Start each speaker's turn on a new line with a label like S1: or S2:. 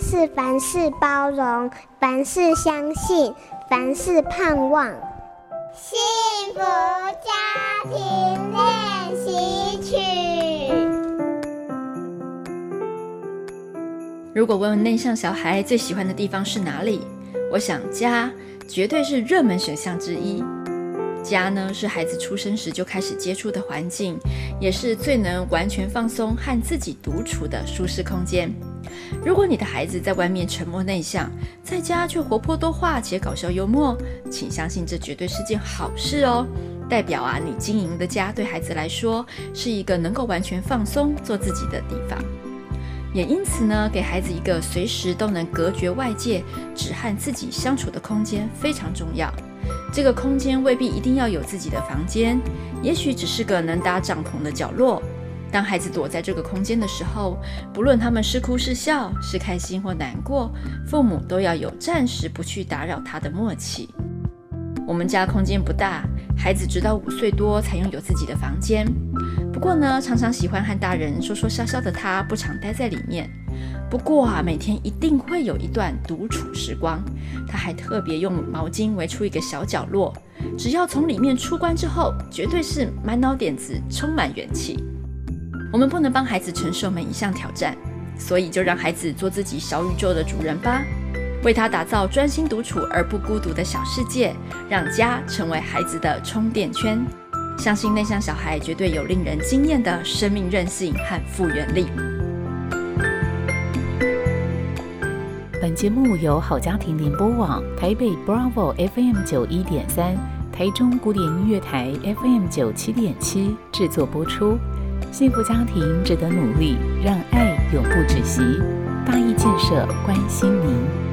S1: 是凡事包容，凡事相信，凡事盼望。幸福家庭练习曲。
S2: 如果问问内向小孩最喜欢的地方是哪里，我想家绝对是热门选项之一。家呢，是孩子出生时就开始接触的环境，也是最能完全放松和自己独处的舒适空间。如果你的孩子在外面沉默内向，在家却活泼多话且搞笑幽默，请相信这绝对是件好事哦。代表你经营的家对孩子来说是一个能够完全放松做自己的地方。也因此呢，给孩子一个随时都能隔绝外界，只和自己相处的空间非常重要。这个空间未必一定要有自己的房间，也许只是个能搭帐篷的角落。当孩子躲在这个空间的时候，不论他们是哭是笑，是开心或难过，父母都要有暂时不去打扰他的默契。我们家空间不大，孩子直到5岁多才拥有自己的房间。不过呢，常常喜欢和大人说说笑笑的他，不常待在里面。不过每天一定会有一段独处时光。他还特别用毛巾围出一个小角落，只要从里面出关之后，绝对是满脑点子，充满元气。我们不能帮孩子承受每一项挑战，所以就让孩子做自己小宇宙的主人吧，为他打造专心独处而不孤独的小世界，让家成为孩子的充电圈。相信内向小孩绝对有令人惊艳的生命韧性和复原力。
S3: 本节目由好家庭联播网、台北 Bravo FM 91.3、台中古典音乐台 FM 97.7制作播出。幸福家庭值得努力，让爱永不止息。大义建设关心您。